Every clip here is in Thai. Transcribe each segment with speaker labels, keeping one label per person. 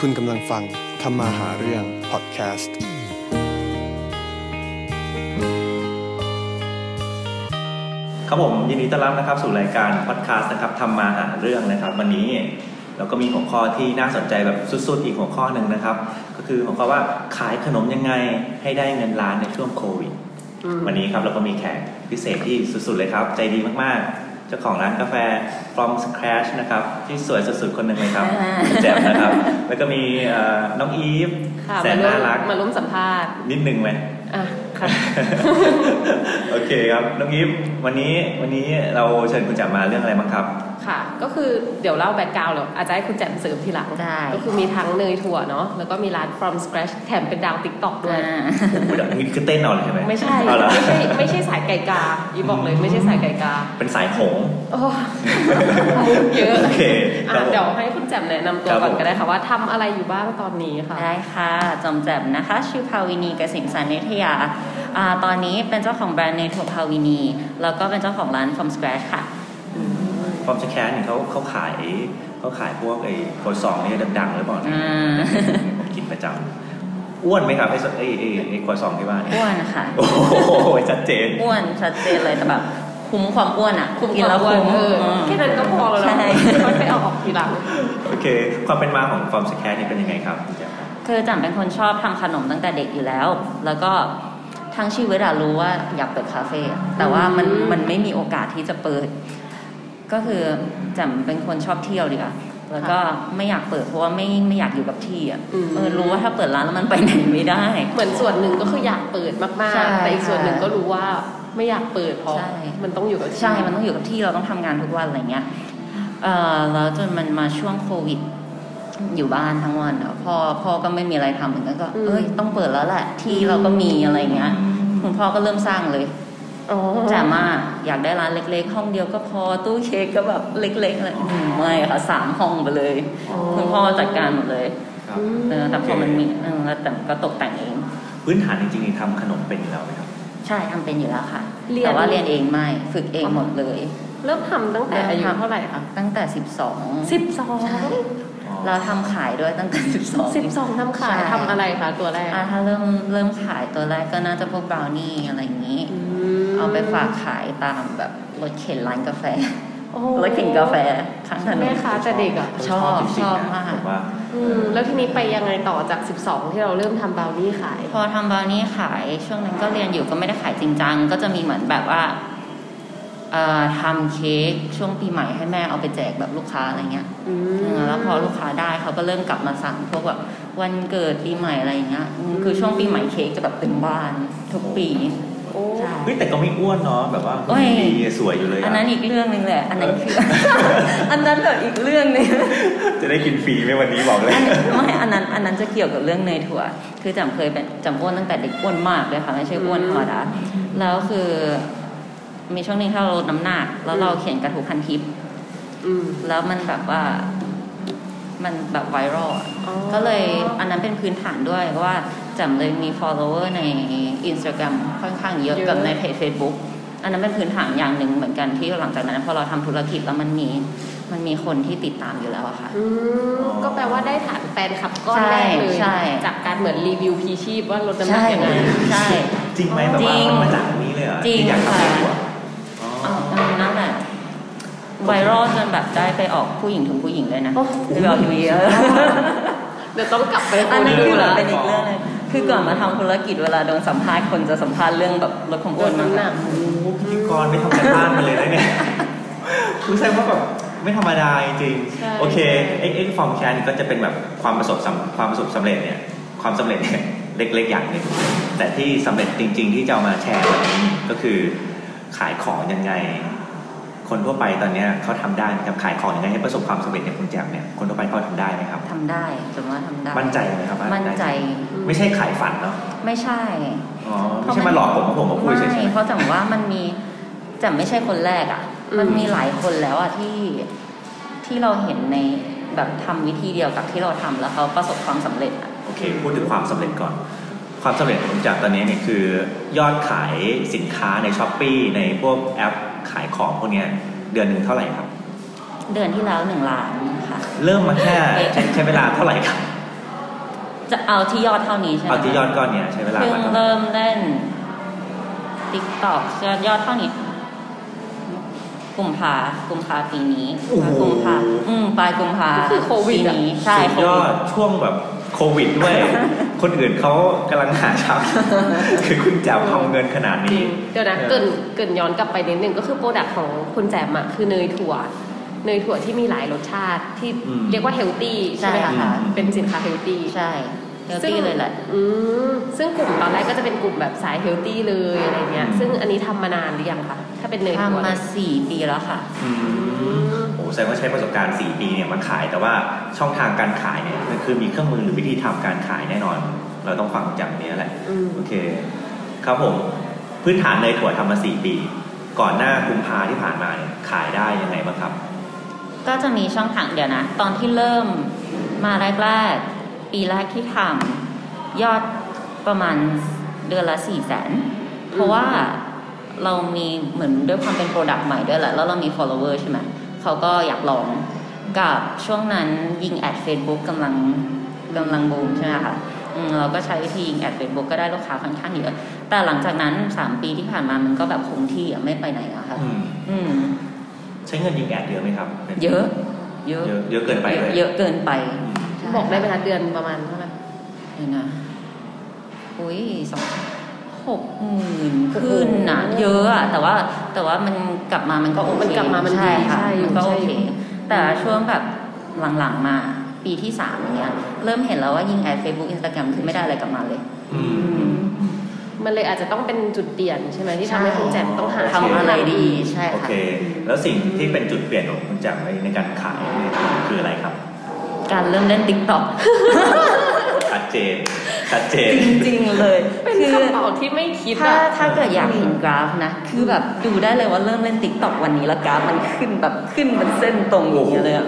Speaker 1: คุณกำลังฟังทำมาหาเรื่องพอดแคสต์
Speaker 2: ครับผมยินดีต้อนรับนะครับสู่รายการพอดแคสต์นะครับทำมาหาเรื่องนะครับวันนี้เราก็มีหัวข้อที่น่าสนใจแบบสุดๆอีกหัวข้อหนึ่งนะครับก็คือหัวข้อว่าขายขนมยังไงให้ได้เงินล้านในช่วงโควิดวันนี้ครับเราก็มีแขกพิเศษที่สุดๆเลยครับใจดีมากๆเจ้าของร้านกาแฟ from scratch นะครับที่สวยสุดๆคนหนึ่งเลยครับแจ่มนะครับแล้วก็มีน้องอีฟแสนน่ารัก
Speaker 3: มาร่วมสัมภาษณ์
Speaker 2: นิดนึงไหม
Speaker 3: ค่ะ
Speaker 2: โอเคครับน้องอีฟวันนี้เราเชิญคุณแจ่มมาเรื่องอะไรบ้างครับ
Speaker 3: ค่ะก็คือเดี๋ยวเล่าแบ็คกราวด์แล้วอาจจะให้คุณแจ่มเสริมทีหลังก็คือมีทั้งเนยถั่วเนาะแล้วก็มีร้าน from scratch แถมเป็นดาว TikTok ด้วย
Speaker 2: นี่คือเต้นเอาเลยใช่ไหม
Speaker 3: ไม่ใช่ไม่ใช่สายไก่กาอีบอกเลยไม่ใช่สายไก่กา
Speaker 2: เป็นสายหง
Speaker 3: โอ้มุกเยอะ
Speaker 2: โอเค
Speaker 3: เดี๋ยวให้คุณแจ่มแนะนำตัวก่อนก็ได้ค่ะว่าทำอะไรอยู่บ้างตอนนี้ค่ะ
Speaker 4: ได้ค่ะจอมแจ่มนะคะชื่อภาวินีเกษมสารนิทยาตอนนี้เป็นเจ้าของแบรนด์เนยถั่วภาวินีแล้วก็เป็นเจ้าของร้าน from scratch ค่ะ
Speaker 2: ความสแคนเนี่ยเขาขายพวกไอ้โคซองนี่ดังๆหรือเปล่าผมกินประจำอ้วนไหมครับไอ้โคซองที่บ้าน
Speaker 4: อ้วนค่ะ
Speaker 2: โอ้โหชัดเจน
Speaker 4: อ้วนชัดเจนเลยแต่แบบคุ้มความอ้วนอ่ะ
Speaker 3: กินแล้วคุ้มแค่นั้นก็พอแล้วนะไม่ไปเอาออกทีหลัง
Speaker 2: โอเคความเป็นมาของความสแคนนี่เป็นยังไงครับ
Speaker 4: คือจั๋มเป็นคนชอบทำขนมตั้งแต่เด็กอยู่แล้วแล้วก็ทั้งชีวิตรู้ว่าอยากเปิดคาเฟ่แต่ว่ามันไม่มีโอกาสที่จะเปิดก็คือจั๋มเป็นคนชอบเที่ยวดีกว่าแล้วก็ไม่อยากเปิดเพราะว่าไม่อยากอยู่กับที่อ่ะรู้ว่าถ้าเปิดร้านแล้วมันไปไหนไม่ได้
Speaker 3: เหมือนส่วนหนึ่งก็คืออยากเปิดมากๆแต่อีกส่วนหนึ่งก็รู้ว่าไม่อยากเปิดเพราะมันต้องอยู่กับที่
Speaker 4: ใช่มันต้องอยู่กับที่เราต้องทำงานทุกวันอะไรเงี้ยแล้วจนมันมาช่วงโควิดอยู่บ้านทั้งวันพ่อก็ไม่มีอะไรทำเหมือนกันก็ต้องเปิดแล้วแหละที่เราก็มีอะไรเงี้ยคุณพ่อก็เริ่มสร้างเลยจ๋ามาอยากได้ร้านเล็กๆห้องเดียวก็พอตู้เค้กก็แบบเล็กๆเลยไม่ค่ะ3ห้องไปเลยคุณพ่อจัดการหมดเลยแต่พอมันมีแล้วแต่ก็ตกแต่งเอง
Speaker 2: พื้นฐานจริงๆทำขนมเป็นอยู่แล้วไหมครับ
Speaker 4: ใช่ทำเป็นอยู่แล้วค่ะแต่ว่าเรียนเองไม่ฝึกเองหมดเลย
Speaker 3: เริ่มทำตั้งแต่อายุเท่าไหร่คะ
Speaker 4: ตั้งแต่12ใช่เราทำขายด้วยตั้งแต่
Speaker 3: 12ทำขายทำอะไรคะตัวแรก
Speaker 4: ถ้าเริ่มขายตัวแรกก็น่าจะพวกบราวนี่อะไรอย่างนี้เอาไปฝากขายตามแบบรถเข็นร้านกาแฟรถเข็นกาแฟข้างถนน
Speaker 3: แม่ค้าแต่เด็กอ่ะ
Speaker 4: ชอบมาก
Speaker 3: แล้วทีนี้ไปยังไงต่อจาก12ที่เราเริ่มทำบราวนี่ขาย
Speaker 4: พอทำบราวนี่ขายช่วงนั้นก็เรียนอยู่ก็ไม่ได้ขายจริงจังก็จะมีเหมือนแบบว่าทำเค้กช่วงปีใหม่ให้แม่เอาไปแจกแบบลูกค้าอะไรเงี้ยแล้วพอลูกค้าได้เขาก็เริ่มกลับมาสั่งพวกแบบวันเกิดปีใหม่อะไรเงี้ยคือช่วงปีใหม่เค้กจะแบบเต็มบ้านทุกปี
Speaker 2: ใช่แต่ก็ไม่อ้วนเนาะแบบว่าดีสวยอยู่เลย
Speaker 4: อันนั้นอีกเรื่องนึงแหละอันนั้นคืออันนั้นแบบอีกเรื่องนึง
Speaker 2: จะได้กินฟรีไหมวันนี้บอกเลย
Speaker 4: ไม่อันนั้นจะเกี่ยวกับเรื่องเนยถั่วคือจำเคยเป็นจำอ้วนตั้งแต่เด็กอ้วนมากเลยค่ะไม่ใช่อ้วนธรรมดาแล้วคือมีช่วงนึงที่เราลดน้ำหนักแล้วเราเขียนกระทู้พันทิปแล้วมันแบบว่ามันแบบไวรัลก็เลยอันนั้นเป็นพื้นฐานด้วยว่าจำเลยมี follower ใน Instagram ค่อนข้างเยอะกับในเพจ Facebook อันนั้นเป็นพื้นฐานอย่างหนึ่งเหมือนกันที่หลังจากนั้นพอเราทำธุรกิจแล้วมันมีคนที่ติดตามอยู่แล้วอะค่ะ
Speaker 3: ก็แปลว่าได้ฐานแฟนคลับก้อนแรกเลยจากการเหมือนรีวิวพีชีพว่าลดน้ำหนักยังไง
Speaker 4: ใช่
Speaker 2: จริงไหมแบบว่ามันมาจากนี้เลยเหรอ
Speaker 4: จริงค่ะนั่นแหละไวรัลจนแบบได้ไปออกผู้หญิงถึงผู้หญิงเลยนะไปออกทีวี
Speaker 3: เดี๋ยวต้องกลับไป
Speaker 4: อันนั้นคือแบบเป็นอีกเรื่องนึงคือก่อนมาทำธุรกิจเวลาโดนสัมภาษณ์คนจะสัมภาษณ์เรื่องแบบลดความอ้วนมาก
Speaker 2: พิธีกรไม่ทำการบ้านมาเลยนะเนี่ยรู้สึกว่าแบบไม่ธรรมดาจริงโอเคไอ้ฟอร์มแคร์นี่ก็จะเป็นแบบความประสบสำเร็จเนี่ยความสำเร็จเนี่ยเล็กๆอย่างนึงแต่ที่สำเร็จจริงๆที่จะเอามาแชร์วันนี้ก็คือขายของยังไงคนทั่วไปตอนนี้เขาทำได้ครับขายของยังไงให้ประสบความสำเร็จอย่างคุณแจ่มเนี่ยคนทั่วไปเขาทำได้ไหมครับ
Speaker 4: ทำได้สมมติว่าทำได้
Speaker 2: มั่นใจไหมครับ
Speaker 4: มั่นใจ
Speaker 2: ไม่ใช่ขายฝันเนาะ
Speaker 4: ไม่ใช่
Speaker 2: ไม่ใช่มาหลอกผมมาพูดเฉย
Speaker 4: ๆเพราะแต่ว่ามันมีแต่ไม่ใช่คนแรกอ่ะมันมีหลายคนแล้วอ่ะที่เราเห็นในแบบทำวิธีเดียวกับที่เราทำแล้วเขาประสบความสำเร็จ
Speaker 2: โอเคพูดถึงความสำเร็จก่อนความสำเร็จของจากตอนนี้เนี่ยคือยอดขายสินค้าใน Shopee ในพวกแอปขายของพวกนี้เดือนนึงเท่าไหร่ครับ
Speaker 4: เดือนที่แล้ว1 ล้านค่ะ
Speaker 2: เริ่มมาแค่ใช้เวลาเท่าไหร่ครับ
Speaker 4: จะเอาที่ยอดเท่านี้ใช่ไหม
Speaker 2: เอาที่ยอดก้อนเนี้ยใช้เวลา
Speaker 4: เพิ่งเริ่มเล่น TikTok ยอดเท่านี้กุมภาปีนี้กุมภาปลายกุมภา
Speaker 3: คือโควิด
Speaker 4: นี้ใช่
Speaker 2: ยอดช่วงแบบโควิดด้วย คนอื่นเขากำลังหาทำคือคุณแจ่มทำเงินขนาดนี้
Speaker 3: เดี๋ยวนะเกินย้อนกลับไปนิดนึงก็คือโปรดักต์ของคุณแจ่มอะคือเนยถั่วที่มีหลายรสชาติที่เรียกว่าเฮลตี้ใช่ไหมคะเป็นสินค้าเฮลตี้
Speaker 4: ใช่เฮลตี้เลยแหละ
Speaker 3: ซึ่งกลุ่มตอนแรกก็จะเป็นกลุ่มแบบสายเฮลตี้เลยอะไรเงี้ยซึ่งอันนี้ทำมานานหรือยังคะถ้าเป็นเนยถั่ว
Speaker 4: ทำมา4 ปีแล้วค่ะ
Speaker 2: โอ้แสดงว่าใช้ประสบการณ์4 ปีเนี่ยมาขายแต่ว่าช่องทางการขายเนี่ยมันคือมีเครื่องมือหรือวิธีทำการขายแน่นอนเราต้องฟังจากนี้แหละโอเคครับผมพื้นฐานเนยถั่วทำมา4 ปีก่อนหน้ากุมภาที่ผ่านมาเนี่ยขายได้ยังไงบ้างครับ
Speaker 4: ก็จะมีช่องทางเดี๋ยวนะตอนที่เริ่มมาแรกปีแรกที่ทำยอดประมาณเดือนละ400,000เพราะว่าเรามีเหมือนด้วยความเป็นโปรดักต์ใหม่ด้วยแหละแล้วเรามี follower ใช่ไหมเขาก็อยากลองกับช่วงนั้นยิงแอด Facebook กำลังบูมใช่ไหมคะเราก็ใช้วิธียิงแอด Facebook ก็ได้ลูกค้าค่อนข้างเยอะแต่หลังจากนั้น3 ปีที่ผ่านมามันก็แบบคงที่ไม่ไปไหนอะค่ะ
Speaker 2: ใช้เงินยิงแอดเยอะไหมครับ
Speaker 4: เยอะ
Speaker 2: เกินไปเลย
Speaker 4: เยอะเกินไป
Speaker 3: บอกได้ไหมคะเดือนประมาณเท่าไหร่
Speaker 4: นะอุ้ย60,000ขึ้นนะเยอะอะแต่ว่ามันกลับมามันก็โอเค
Speaker 3: มันกลับมามัน
Speaker 4: ใช่ค่ะมันก็โอเคแต่ช่วงแบบหลังๆมาปีที่3อย่างเงี้ยเริ่มเห็นแล้วว่ายิงแอด Facebook Instagram คือไม่ได้อะไรกลับมาเลย
Speaker 3: มันเลยอาจจะต้องเป็นจุดเปลี่ยนใช่ไหมที่ทำให้คุณแจ่มต้องหา
Speaker 4: ทำอะไรดีใช่ค่ะ
Speaker 2: โอเคแล้วสิ่งที่เป็นจุดเปลี่ยนของคุณแจ่มในการขายคืออะไรครับ
Speaker 4: การเริ่มเล่น TikTok
Speaker 2: ชัดเจน
Speaker 4: จริงๆเลย
Speaker 3: เป็นคำตอบที่ไม่คิด
Speaker 4: ถ้าเกิดอยากเห็นกราฟนะคือแบบดูได้เลยว่าเริ่มเล่น TikTok วันนี้แล้วกราฟมันขึ้นเป็นเส้นตรงอย่างเงี้ยเลยอ่ะ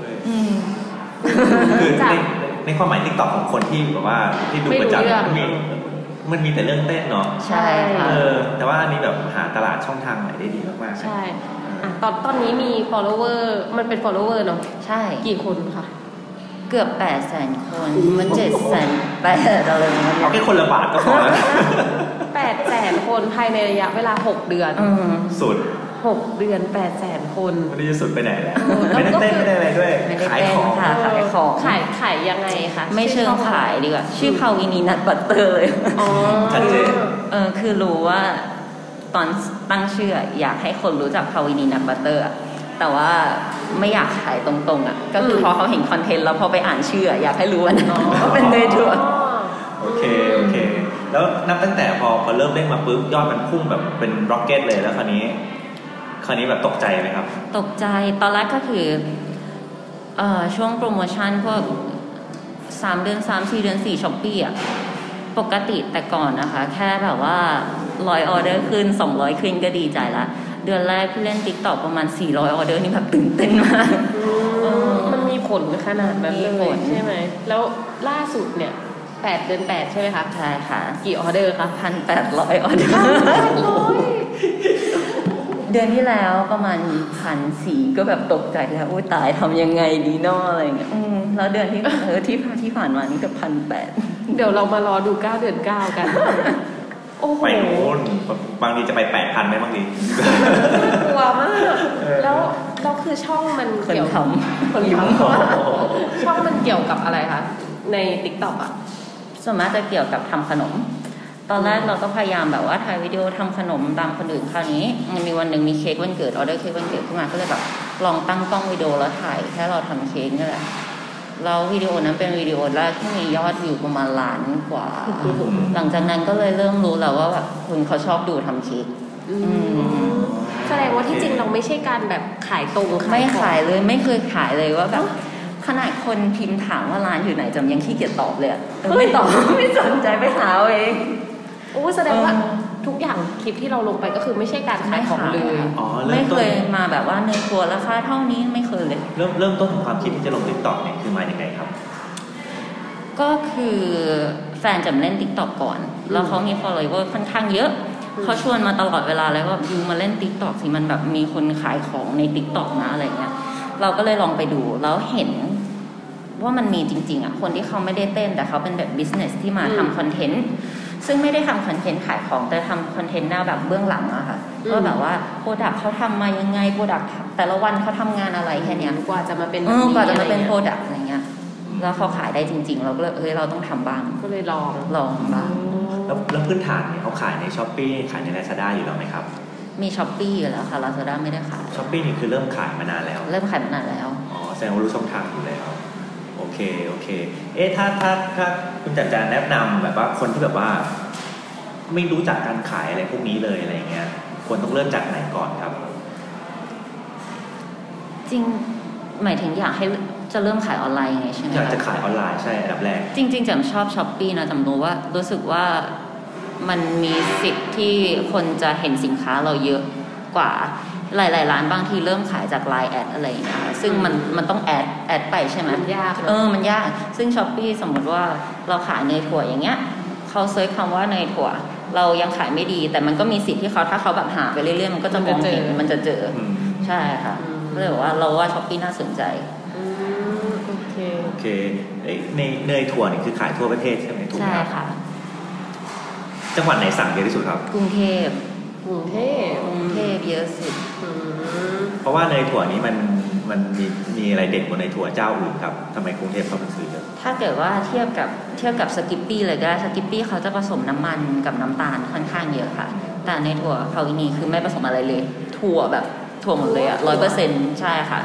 Speaker 2: คือในความหมาย TikTok ของคนที่แบบว่าที่ดูประจำมันมีแต่เรื่องเต้นเนาะ
Speaker 4: ใช่ค่ะ
Speaker 2: แต่ว่าอันนี้แบบหาตลาดช่องทางไหนได้ดีมากๆ
Speaker 3: ใช่ตอนนี้มี follower มันเป็น follower เนาะ
Speaker 4: ใช่
Speaker 3: กี่คนคะ
Speaker 4: เกือบ800,000 คนมัน700,000อะไรอย่างเงี้ย
Speaker 2: เอาแค่คนละบาทก็พอแล้ว
Speaker 3: 800,000 คนภายในระยะเวลา6 เดือน
Speaker 2: สุด
Speaker 3: 6 เดือน 800,000 คน
Speaker 2: ไม่ได้จะสุดไปไหนแล้วไม่ได้เต้นไม่ได้อะไรด้วยขายของ
Speaker 3: ขายยังไงคะ
Speaker 4: ไม่เชิงขายดีกว่าชื่อภาวินีนัทบัตเตอร์เลย
Speaker 2: ชัดเจน
Speaker 4: คือรู้ว่าตอนตั้งชื่ออยากให้คนรู้จักภาวินีนัทบัตเตอร์แต่ว่าไม่อยากขายตรงๆอ่ะก็คือพอเขาเห็นคอนเทนต์แล้วพอไปอ่านชื่ออยากให้รู้ว่าเป็นเนยถั่ว
Speaker 2: โอเคแล้วนับตั้งแต่พอเริ่มเล่นมาปุ๊บยอดมันพุ่งแบบเป็นร็อกเก็ตเลยแล้วคราวนี้แบบตกใจไหมครับ
Speaker 4: ตกใจตอนแรกก็คือช่วงโปรโมชั่นพวก3 เดือน 4 เดือน 4 Shopee อ่ะปกติแต่ก่อนนะคะแค่แบบว่า100 ออเดอร์ขึ้น200ขึ้นก็ดีใจละเดือนแรกที่เล่น TikTok ประมาณ400 ออเดอร์นี่แบบตื่นเต้นมาก
Speaker 3: มันมีผลขนาดนั้นเลยใช่ไหมแล้วล่าสุดเนี่ย8 เดือน 8ใช่ไหมคะ
Speaker 4: ใช่ค่ะ
Speaker 3: กี่ออเดอร์คะ
Speaker 4: 1,800 ออเดอร์เดือนที่แล้วประมาณ 1,400 ก็แบบตกใจแล้วอุ้ยตายทำยังไงดีเนาะอะไรเงี้ยแล้วเดือนที่ผ่านมานี่ก็ 1,800
Speaker 3: เดี๋ยวเรามารอดู9 เดือน 9กันโอ้โห
Speaker 2: ไปโน่นบางทีจะไป 8,000 ไหมบางที
Speaker 3: กลัวมากแล้วคือช่องมันเกี่ยวกับช่องมันเกี่ยวกับอะไรคะใน TikTok อ่ะ
Speaker 4: ส่วนมากจะเกี่ยวกับทำขนมตอนแรกเราก็พยายามแบบว่าถ่ายวิดีโอทำขนมตามคนอื่นคราวนี้มันมีวันหนึ่งมีเค้กวันเกิดออเดอร์เค้กวันเกิดขึ้นมาก็เลยแบบลองตั้งกล้องวิดีโอแล้วถ่ายแค่เราทำเค้กนี่แหละแล้ววิดีโอนั้นเป็นวิดีโอแรกที่มียอดวิวประมาณล้านกว่าหลังจากนั้นก็เลยเริ่มรู้แล้วว่าแบบคนเขาชอบดูทำเค้ก
Speaker 3: แสดงว่าที่จริงเราไม่ใช่การแบบขายตรง
Speaker 4: ไม่ขายเลยไม่เคยขายเลยว่าแบบขนาดคนพิมพ์ถามว่าร้านอยู่ไหนจำยังขี้เกียจตอบเลยไม่ตอบไม่สนใจไปหาเอง
Speaker 3: โอ้แสดงว่าทุกอย่างคลิปที่เราลงไปก็คือไม่ใช่การขายของเลย
Speaker 4: ไม่เคยมาแบบว่าเนยถั่วราคาเท่านี้ไม่เคยเลย
Speaker 2: เริ่มต้นของความคิดที่จะลง TikTok เนี่ยคือมาอย่างไรครับ
Speaker 4: ก็คือแฟนจะเล่น TikTok ก่อนแล้วเขามี follower ค่อนข้างเยอะเขาชวนมาตลอดเวลาเลยว่ายูมาเล่น TikTok สิมันแบบมีคนขายของใน TikTok นะอะไรเงี้ยเราก็เลยลองไปดูแล้วเห็นว่ามันมีจริงๆอ่ะคนที่เขาไม่ได้เต้นแต่เขาเป็นแบบ business ที่มาทำคอนเทนต์ซึ่งไม่ได้ทำคอนเทนต์ขายของแต่ทำคอนเทนต์แนวแบบเบื้องหลังอะค่ะก็แบบว่าโปรดักต์เขาทำมายังไงโปรดักต์แต่ละวันเขาทำงานอะไรแค่นี้
Speaker 3: กว่าจะมาเป็น
Speaker 4: กว่าจะมาเป็นโปรดักต์อะไรเงี้ยแล้วเขาขายได้จริงๆเราก็เลยเราต้องทำบ้าง
Speaker 3: ก็เลยลอง
Speaker 4: บ้าง
Speaker 2: แล้วพื้นฐานเนี่ยเขาขายใน Shopee ขายใน Lazada อยู่แล้วไหมครับ
Speaker 4: มี Shopee อยู่แล้วค่ะ Lazada ไม่ได้ขาย
Speaker 2: Shopee นี่คือเริ่มขายมานานแล้ว
Speaker 4: เริ่มขายมานานแล้ว
Speaker 2: อ๋อแสดงว่ารู้ช่องทางอยู่แล้วโอเคถ้าคุณจัดแนะนำแบบว่าคนที่แบบว่าไม่รู้จักการขายอะไรพวกนี้เลยอะไรเงี้ยควรต้องเริ่มจากไหนก่อนครับ
Speaker 4: จริงหมายถึงอยากให้จะเริ่มขายออนไลน์ไงใช่ไหม
Speaker 2: อยากจะขายออนไลน์ใช่อันดับแรก
Speaker 4: จริงๆจำชอบ Shopee นะจำรู้สึกว่ามันมีสิทธิ์ที่คนจะเห็นสินค้าเราเยอะกว่าหลายๆร้านบางทีเริ่มขายจาก LINE แอดอะไรอย่างเงี้ยซึ่งมันต้องแอดไปใช่ไหม
Speaker 3: มันยาก
Speaker 4: มันยากซึ่ง Shopee สมมติว่าเราขายเนยถั่วอย่างเงี้ยเขาเซิร์ชคำว่าเนยถั่วเรายังขายไม่ดีแต่มันก็มีสิทธิ์ที่เขาถ้าเขาแบบหาไปเรื่อยๆมันก็จะมองเห็นมันจะเจอใช่ค่ะก็เลยว่าเราว่า Shopee น่าสนใจ
Speaker 3: โอเค
Speaker 2: ในเนยถั่วนี่คือขายทั่วประเทศใช่ไหมถูกไหมครับ
Speaker 4: ใช่ค่ะ
Speaker 2: จังหวัดไหนสั่งเยอะที่สุดครับ
Speaker 4: กรุงเทพเยอะสุด
Speaker 2: เพราะว่าเนยถั่วนี้มันมีอะไรเด่นกว่าเนยถั่วเจ้าอื่นครับทำไมกรุงเทพเขาซื้อเยอะ
Speaker 4: ถ้าเกิดว่าเทียบกับสกิปปี้เลยก็สกิปปี้เขาจะผสมน้ำมันกับน้ำตาลค่อนข้างเยอะค่ะแต่ในถั่วเขาอินีคือไม่ผสมอะไรเลยถั่วแบบถั่วหมดเลยอะ100%ใช่ค่ะ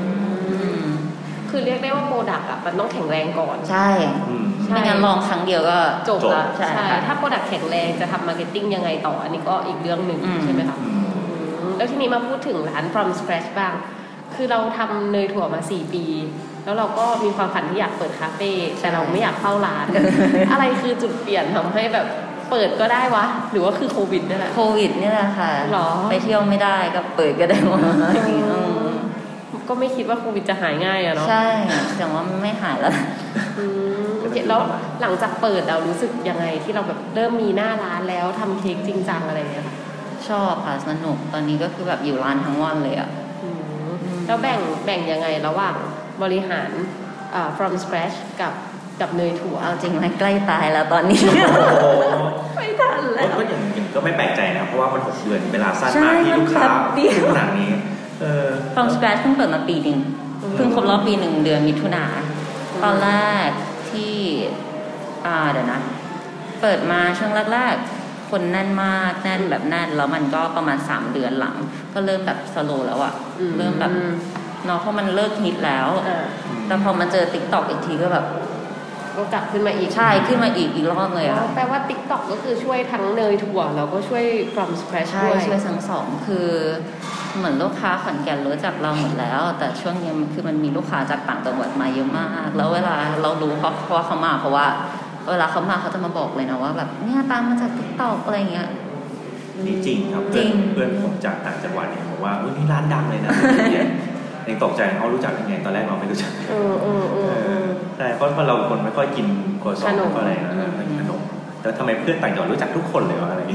Speaker 3: คือเรียกได้ว่าโปรดักต์มันต้องแข็งแรงก่อน
Speaker 4: ใช่ไม่งั้นลองครั้งเดียวก็
Speaker 3: จบละใช่ถ้าโปรดักต์แข็งแรงจะทำมาร์เก็ตติ้งยังไงต่ออันนี้ก็อีกเรื่องหนึ่งใช่ไหมคะแล้วทีนี้มาพูดถึงร้าน from scratch บ้างคือเราทำเนยถั่วมา4 ปีแล้วเราก็มีความฝันที่อยากเปิดคาเฟ่แต่เราไม่อยากเข้าร้านอะไรคือจุดเปลี่ยนทำให้แบบเปิดก็ได้วะหรือว่าคือโควิดนี่แหละ
Speaker 4: โควิดนี่แหละค่ะไปเที่ยวไม่ได้ก็เปิดก็ได้วะ
Speaker 3: ก็ไม่คิดว่าโควิดจะหายง่ายอะเนาะ
Speaker 4: ใช่แต่ว่าไม่หายแล้ว
Speaker 3: แล้วหลังจากเปิดเรารู้สึกยังไงที่เราแบบเริ่มมีหน้าร้านแล้วทำเค้กจริงจังอะไรอย่างเงี้ยค่ะ
Speaker 4: ชอบค่ะสนุกตอนนี้ก็คือแบบอยู่ร้านทั้งวันเลยอะ
Speaker 3: แล้วแบ่งยังไงระหว่างบริหารfrom scratch กับเนยถั่ว
Speaker 4: เอาจริงไหมใกล้ตายแล้วตอนนี้ไม่ทันแล้ว
Speaker 2: ก็อย่างก็ไม่แปลกใจนะเพราะว่ามัน6 เดือนเวลาสั้นมากที่ลูกค้าขนาดนี้
Speaker 4: from scratch เพิ่งเปิดมาปีนึงเพิ่งครบรอบปี1 เดือนมิถุนาตอนแรกที่เดี๋ยวนะเปิดมาช่วงแรกๆคนแน่นมากแน่นแบบแน่นแล้วมันก็ประมาณ3 เดือนหลังก็เริ่มแบบสโลว์แล้วอะเริ่มแบบเนาะเพราะมันเลิกฮิตแล้วแต่พอมาเจอ TikTok อีกทีก็แบบ
Speaker 3: ก็กลับขึ้นมาอีก
Speaker 4: ใช่ขึ้นมาอีกรอบเลยอะ
Speaker 3: แปลว่า TikTok ก็คือช่วยทั้งเนยถั่วแล้วก็ช่วย from scratch
Speaker 4: ด้วยช่วยทั้งสองคือเหมือนลูกค้าขอนแก่นรู้จักเราหมดแล้วแต่ช่วงนี้คือมันมีลูกค้าจากต่างจังหวัดมาเยอะมากแล้วเวลาเรารู้เพราะเขามาเพราะว่าเวลาเขามาเขาจะมาบอกเลยนะว่าแบบเนี่ยตามมาจาก TikTok อะไรเงี้ย
Speaker 2: นี่จริงครับเพื่อนผมจากต่างจังหวัดเนี่ยบอกว่านี่ร้านดังเลยนะยังตกใจเขารู้จักยังไงตอนแรกเราไม่รู้จักใช่เพราะเราคนไม่ค่อยกินโคซองอะไรนะขนมแต่ทำไมเพื่อนต่างจังหวัดรู้จักทุกคนเลยวะอะไร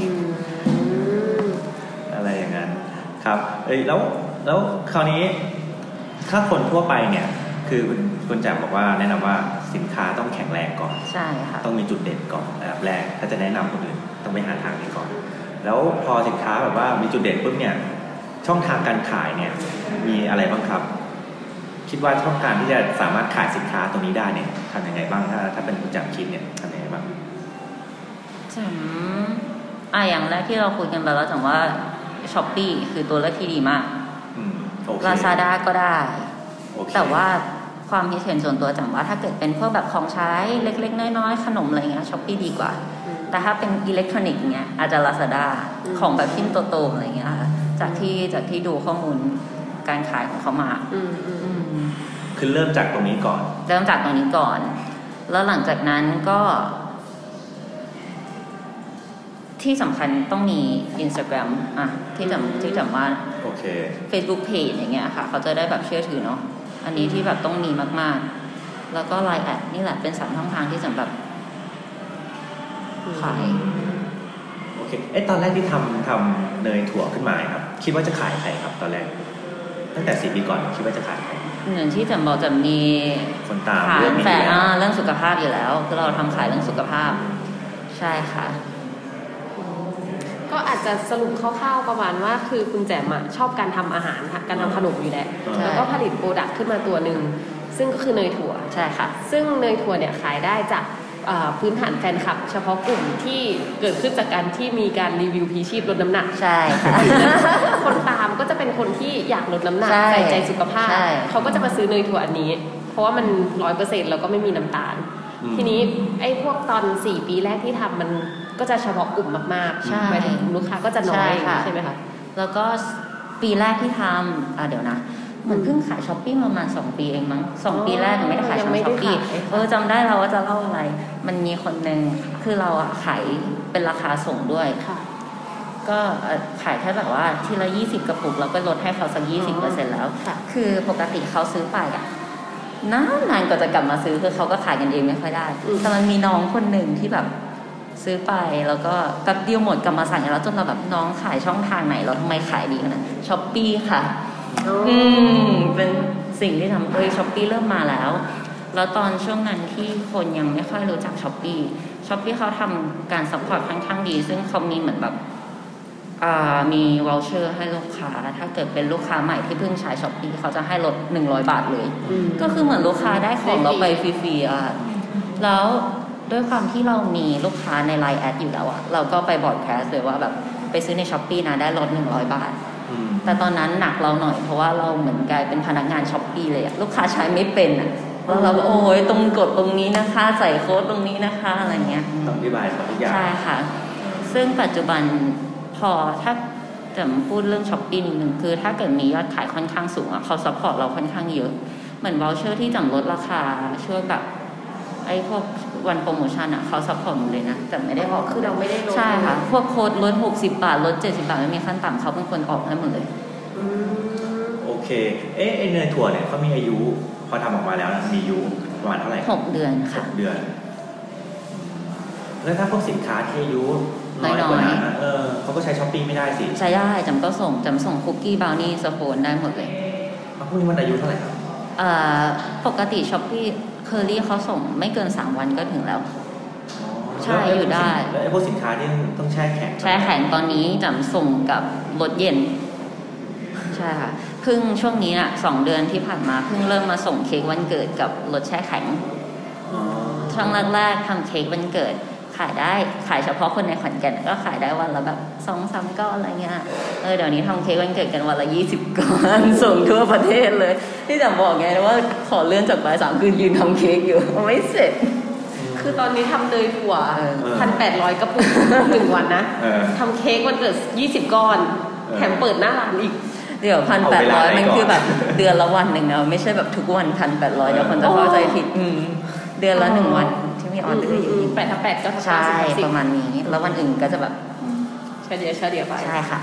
Speaker 2: อย่างนั้นครับแล้วคราวนี้ถ้าคนทั่วไปเนี่ยคือคุณแจ่มบอกว่าแนะนำว่าสินค้าต้องแข็งแรงก่อน
Speaker 4: ใช่ค่ะ
Speaker 2: ต้องมีจุดเด่นก่อนอันดับแรกถ้าจะแนะนำคนอื่นต้องไปหาทางนี้ก่อนแล้วพอสินค้าแบบว่ามีจุดเด่นปุ๊บเนี่ยช่องทางการขายเนี่ยมีอะไรบ้างครับคิดว่าช่องทางที่จะสามารถขายสินค้าตรงนี้ได้เนี่ยทำยังไงบ้างถ้าเป็นคุณแจ่มคิดเนี่ยทำยังไงบ้าง
Speaker 4: อย่างแรกที่เราคุยกันไปแล้วจังว่าShopee คือตัวเลือกที่ดีมาก Lazada ก็ได้แต่ว่าความคิดเห็นส่วนตัวจังว่าถ้าเกิดเป็นพวกแบบของใช้เล็กๆน้อยๆขนมอะไรเงี้ย Shopee ดีกว่าแต่ถ้าเป็นอิเล็กทรอนิกส์เงี้ยอาจจะ Lazada ของแบบชิ้นโตๆอะไรเงี้ยจากที่ดูข้อมูลการขายของเขามา
Speaker 2: คือเริ่มจากตรงนี้ก่อน
Speaker 4: แล้วหลังจากนั้นก็ที่สำคัญต้องมี Instagram ที่จำว่า Facebook Page อย่างเงี้ยค่ะเขาจะได้แบบเชื่อถือเนาะอันนี้ที่แบบต้องมีมากๆแล้วก็ LINE แอดนี่แหละเป็น3 ช่องทางที่สำหรับขาย
Speaker 2: โอเคตอนแรกที่ทำเนยถั่วขึ้นมาครับคิดว่าจะขายใครครับตอนแรกตั้งแต่4 ปีก่อนคิดว่าจะขายใคร
Speaker 4: อย่างที่จะบอกจะมี
Speaker 2: คนตาม
Speaker 4: ฐานแฝง
Speaker 2: เรื่องนี้
Speaker 4: เรื่องสุขภาพอยู่แล้วคือเราทำขายเรื่องสุขภาพใช่ค่ะ
Speaker 3: ก็อาจจะสรุปคร่าวๆประมาณว่าคือคุณแจ่มชอบการทำอาหารค่ะการทำขนมอยู่แล้วแล้วก็ผลิตโปรดักต์ขึ้นมาตัวหนึ่งซึ่งก็คือเนยถั่ว
Speaker 4: ใช่ค่ะ
Speaker 3: ซึ่งเนยถั่วเนี่ยขายได้จากพื้นฐานแฟนคลับเฉพาะกลุ่มที่เกิดขึ้นจากการที่มีการรีวิวพีชีพลดน้ำหนัก
Speaker 4: ใช่ค่ะ
Speaker 3: คนตามก็จะเป็นคนที่อยากลดน้ำหนักใส่ใจสุขภาพเขาก็จะมาซื้อเนยถั่วอันนี้เพราะว่ามัน 100% แล้วก็ไม่มีน้ำตาลทีนี้ไอ้พวกตอน4ปีแรกที่ทำมันก็จะเฉพาะกลุ่มมากๆหมายถึงลูกค้าก็จะน้อยใช่ไหมคะ
Speaker 4: แล้วก็ปีแรกที่ทำเดี๋ยวนะเหมือนเพิ่งขายช้อปปี้ประมาณ2ปีเองมั้ง2ปีแรกยังไม่ได้ขายช้อปปี้จำได้เราว่าจะเล่าอะไรมันมีคนนึงคือเราขายเป็นราคาส่งด้วยก็ขายแค่แบบว่าทีละ20กระปุกแล้วก็ลดให้เขาสัก 20% แล้วคือปกติเขาซื้อไปนานก็จะกลับมาซื้อคือเขาก็ขายกันเองไม่ค่อยได้แต่มันมีน้องคนหนึ่งที่แบบซื้อไปแล้วก็แป๊บเดียวหมดกลับมาสั่งแล้วจนเราแบบน้องขายช่องทางไหนเราทำไมขายดีขนาดช้อปปี้ค่ะเป็นสิ่งที่ทำช้อปปี้เริ่มมาแล้วตอนช่วงนั้นที่คนยังไม่ค่อยรู้จักช้อปปี้เขาทำการซัพพอร์ตค่อนข้างดีซึ่งเขามีเหมือนแบบมีวอลเชอร์ให้ลูกค้าถ้าเกิดเป็นลูกค้าใหม่ที่เพิ่งใช้ช้อปปี้เขาจะให้ลด100 บาทเลยก็คือเหมือนลูกค้าได้ของเราไปฟรีๆแล้วด้วยความที่เรามีลูกค้าใน LINE แอดอยู่แล้วเราก็ไปบอร์ดแคสเลยว่าแบบไปซื้อในช้อปปี้นะได้ลด100 บาทแต่ตอนนั้นหนักเราหน่อยเพราะว่าเราเหมือนกลายเป็นพนักงานช้อปปี้เลยลูกค้าใช้ไม่เป็นแล้วเราโอ้ยตรงกดตรงนี้นะคะใส่โค้ดตรงนี้นะคะอะไรเงี้ย
Speaker 2: ต้องอธิบายทุกอย่าง
Speaker 4: ใช่ค่ะซึ่งปัจจุบันพอถ้าจะพูดเรื่องช้อปปี้นิดนึงคือถ้าเกิดมียอดขายค่อนข้างสูงเขาซัพพอร์ตเราค่อนข้างเยอะเหมือนวอลเชอร์ที่จำลดราคาช่วยแบบไอ้พวกวันโปรโมชั่นเขาซัพพอร์ตเลยนะแต่ไม่ได้ออก
Speaker 3: คือเราไม่ได้ลด
Speaker 4: ใช่ค่ะพวกโค้ดลด60 บาทลด70 บาทไม่มีขั้นต่ำเขาเป็นคนออกให้หมดเลย
Speaker 2: โอเคไอ้เนยถั่วเนี่ยเขามีอายุพอทำออกมาแล้วมีอายุประมาณเท่าไหร่
Speaker 4: 6 เดือนค่ะ
Speaker 2: 6 เดือนแล้วถ้าพวกสินค้าที่อายุน้อยกว่านั้นเขาก็ใช้ช้อปปี้ไม่ได้สิ
Speaker 4: ใช้ได้จำก็ส่งคุกกี้บราวนี่สโคนได้หมดเลย
Speaker 2: พวกนี้มันอายุเท่าไหร่ครับ
Speaker 4: ปกติช้อปปี้เคอรี่เขาส่งไม่เกิน3 วันก็ถึงแล้วใช่อยู่ได้
Speaker 2: แล้วไอ้พวกสินค้าที่ต้องแช่แ
Speaker 4: ข็งตอนนี้จำส่งกับรถเย็นใช่ค่ะเพิ่งช่วงนี้2 เดือนที่ผ่านมาเพิ่งเริ่มมาส่งเค้กวันเกิดกับรถแช่แข็งช่วงแรกๆทำเค้กวันเกิดขายเฉพาะคนในขอนแก่นก็ขายได้วันละแบบ 2-3 ก้อนอะไรเงี้ยเดี๋ยวนี้ทำเค้กวันเกิดกันวันละ20 ก้อนส่งทั่วประเทศเลยที่จะบอกไงว่าขอเลื่อนจากบ่าย 3คือยืนทำเค้กอยู่ไม่เสร็จ
Speaker 3: คือตอนนี้ทำเนยถั่ว 1,800 กระปุก1 วันนะทำเค้กวันเกิด20 ก้อนแถมเปิดหน้าร้านอีก
Speaker 4: เดี๋ยว 1,800 มันคือแบบเดือนละวันหนึ่งนะไม่ใช่แบบทุกวัน 1,800 เดี๋ยวคนจะเข้าใจผิดเดือนละ1 วันที่มีออเดอร์อยู่
Speaker 3: 8/8ก็
Speaker 4: ใช่ประมาณนี้แล้ววันอื่นก็จะแบบ
Speaker 3: เฉลี่ยไป
Speaker 4: ใช่ค่ะ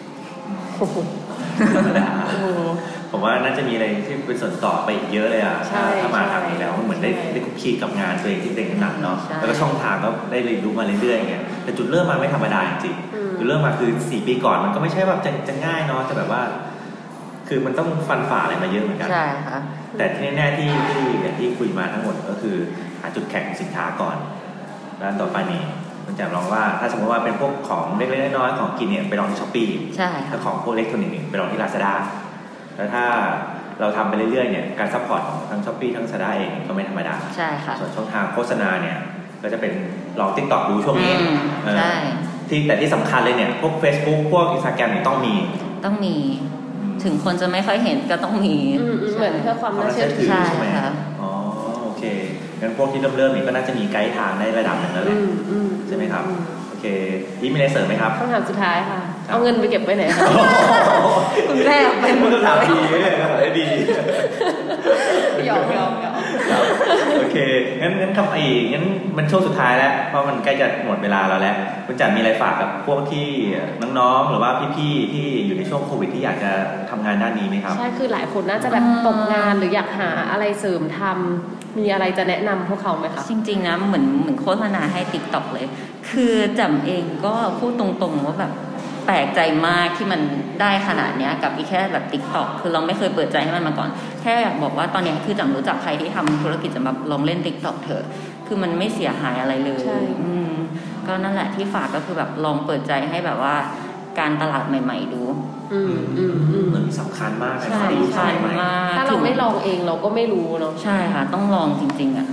Speaker 2: ผมว่าน่าจะมีอะไรที่เป็นส่วนต่อไปอีกเยอะเลยถ้ามาทางนี้แล้วเหมือนได้คุกคีกับงานตัวเองที่เป็นหนักเนาะแล้วก็ช่องทางก็ได้เรียนรู้มาเรื่อยๆอย่างเงี้ยแต่จุดเริ่มมาไม่ธรรมดาจริงๆจุดเริ่มมาคือ4 ปีก่อนมันก็ไม่ใช่แบบจะง่ายเนาะแต่แบบว่าคือมันต้องฟันฝ่าอะไรมาเยอะเหมือนกัน
Speaker 4: ใช่ค่ะ
Speaker 2: แต่ที่แน่ๆที่อย่างที่คุยมาทั้งหมดก็คือหาจุดแข็งสินค้าก่อนแล้วต่อไปนี้มันจะลองว่าถ้าสมมติว่าเป็นพวกของเล็กๆน้อยๆของกินเนี่ยไปลองที่ Shopee
Speaker 4: ใช่
Speaker 2: แล้วของพวกอิเล็กทรอนิกส์ไปลองที่ Lazada แล้วถ้าเราทำไปเรื่อยๆเนี่ยการซัพพอร์ตของทั้ง Shopee ทั้ง Lazada เองก็ไม่ธรรมดา
Speaker 4: ใช่ค่ะ
Speaker 2: ส่วนช่องทางโฆษณาเนี่ยก็จะเป็นลอง TikTok ดูช่วงนี้
Speaker 4: ใช่
Speaker 2: แต่ที่สำคัญเลยเนี่ยพวก Facebook พวก Instagram เนี่ยต้องมี
Speaker 4: ถึงคนจะไม่ค่อยเห็นก็ต้องมี
Speaker 3: เหมือนเพื่อความน่าเชื่อถือ
Speaker 4: ใช่ค่ะ
Speaker 2: อ๋อโอเคงั้นพวกที่เริ่มนี่ก็น่าจะมีไกด์ทางได้ระดับหนึ่งแล้วแหละใช่ไหมครับโอเคมีอะไรเสริมไหมครับ
Speaker 3: คำถามสุดท้ายค่ะเอาเงินไปเก็บไว้ไหนคะคุณแม่
Speaker 2: เป็นคำถามดีเลยดี
Speaker 3: หยอก
Speaker 2: โอเคงั้นทำอีกงั้นมันช่วงสุดท้ายแล้วเพราะมันใกล้จะหมดเวลาแล้วแหละคุณจันมีอะไรฝากกับพวกที่น้องๆหรือว่าพี่ๆที่อยู่ในช่วงโควิดที่อยากจะทำงานด้านนี้ไหมครับ
Speaker 3: ใช่คือหลายคนน่าจะแบบตกงานหรืออยากหาอะไรเสริมทำมีอะไรจะแนะนำพวกเขาไหมคะ
Speaker 4: จริงๆนะเหมือนโฆษณาให้ TikTok เลยคือจำเองก็พูดตรงๆว่าแบบแปลกใจมากที่มันได้ขนาดเนี้ยกับอีแค่แบบ TikTok คือเราไม่เคยเปิดใจให้มันมาก่อนแค่อยากบอกว่าตอนนี้คือจำรู้จักใครที่ทำธุรกิจจะมาลองเล่น TikTok เถอะคือมันไม่เสียหายอะไรเลยก็นั่นแหละที่ฝากก็คือแบบลองเปิดใจให้แบบว่าการตลาดใหม่ๆดู
Speaker 2: มันสำคัญมากเลย
Speaker 4: ใช่ใช่มาก
Speaker 3: ถ้าเราไม่ลองเองเราก็ไม่รู้เนาะ
Speaker 4: ใช่ค่ะต้องลองจริงๆอ่ะ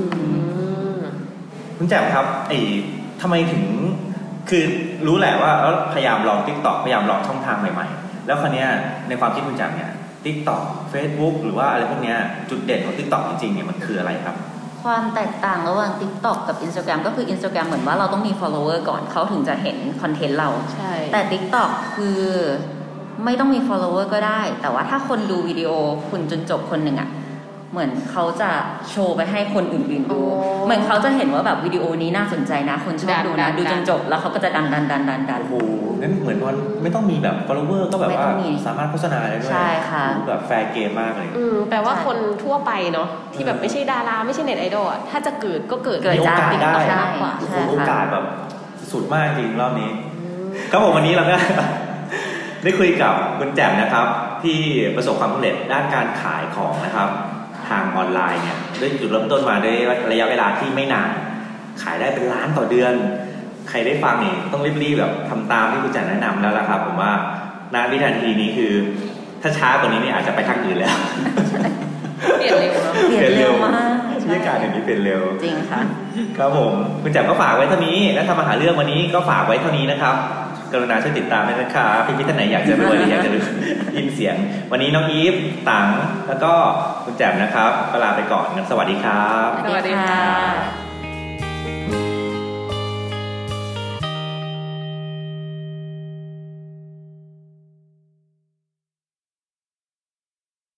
Speaker 2: คุณแจ่มครับทำไมถึงคือรู้แหละว่าพยายามลอง TikTok พยายามลองช่องทางใหม่ๆแล้วคราวนี้ในความคิดคุณแจ่มเนี่ย TikTok Facebook หรือว่าอะไรพวกนี้จุดเด่นของ TikTok จริงๆเนี่ยมันคืออะไรครับ
Speaker 4: ความแตกต่างระหว่าง TikTok กับ Instagram ก็คือ Instagram เหมือนว่าเราต้องมี follower ก่อนเขาถึงจะเห็นคอนเทนต์เรา
Speaker 3: ใช่
Speaker 4: แต่ TikTok คือไม่ต้องมี follower ก็ได้แต่ว่าถ้าคนดูวิดีโอคุณจนจบคนหนึ่งอ่ะเหมือนเขาจะโชว์ไปให้คนอื่นๆดูเหมือนเขาจะเห็นว่าแบบวิดีโอนี้น่าสนใจนะคนชอบดูนะดูจนจบแล้วเขาก็จะดัน
Speaker 2: โอ้โหงั้นเหมือนมันไม่ต้องมีแบบ follower ก็แบบว่าสามารถโฆษณาได้ด้วย
Speaker 4: ใช่ค่ะ
Speaker 2: แบบแฟร์เกมมากเลย
Speaker 3: แปลว่าคนทั่วไปเนาะที่แบบไม่ใช่ดาราไม่ใช่เน็ตไอดอลถ้าจะเกิดก็เกิด
Speaker 2: มีโอกาสได้
Speaker 3: มากกว่า
Speaker 2: โอกาสแบบสุดมากจริงรอบนี้ครับผมวันนี้เราก็ได้คุยกับคุณแจ่มนะครับที่ประสบความสำเร็จด้านการขายของนะครับทางออนไลน์เนี่ยด้วยจุดเริ่มต้นมาด้วยระยะเวลาที่ไม่นานขายได้เป็นล้านต่อเดือนใครได้ฟังนี่ต้องรีบๆแบบทำตามที่คุณแจ่มแนะนำแล้วล่ะครับผมว่าณวินาทีนี้คือถ้าช้ากว่านี้นี่อาจจะไปทางอื่นแล้ว
Speaker 3: เปลี่ยนเร็วเนาะ
Speaker 4: เปลี่ยนเร็วมาก
Speaker 2: บรรยากาศอย่างนี้เปลี่ยนเร็ว
Speaker 4: จริงค่ะ
Speaker 2: ครับผมคุณแจ่มก็ฝากไว้เท่านี้และทำอาหารเรื่องวันนี้ก็ฝากไว้เท่านี้นะครับกรุณาช่วยติดตามด้วยนะครับพี่ท่านไหนอยากจะรู้หรืออยากจะยินเสียงวันนี้น้องอีฟตังแล้วก็คุณแจ่มนะครับลาไปก่อนงั้นสวัสดีครับ
Speaker 3: สวัสดีค่ะ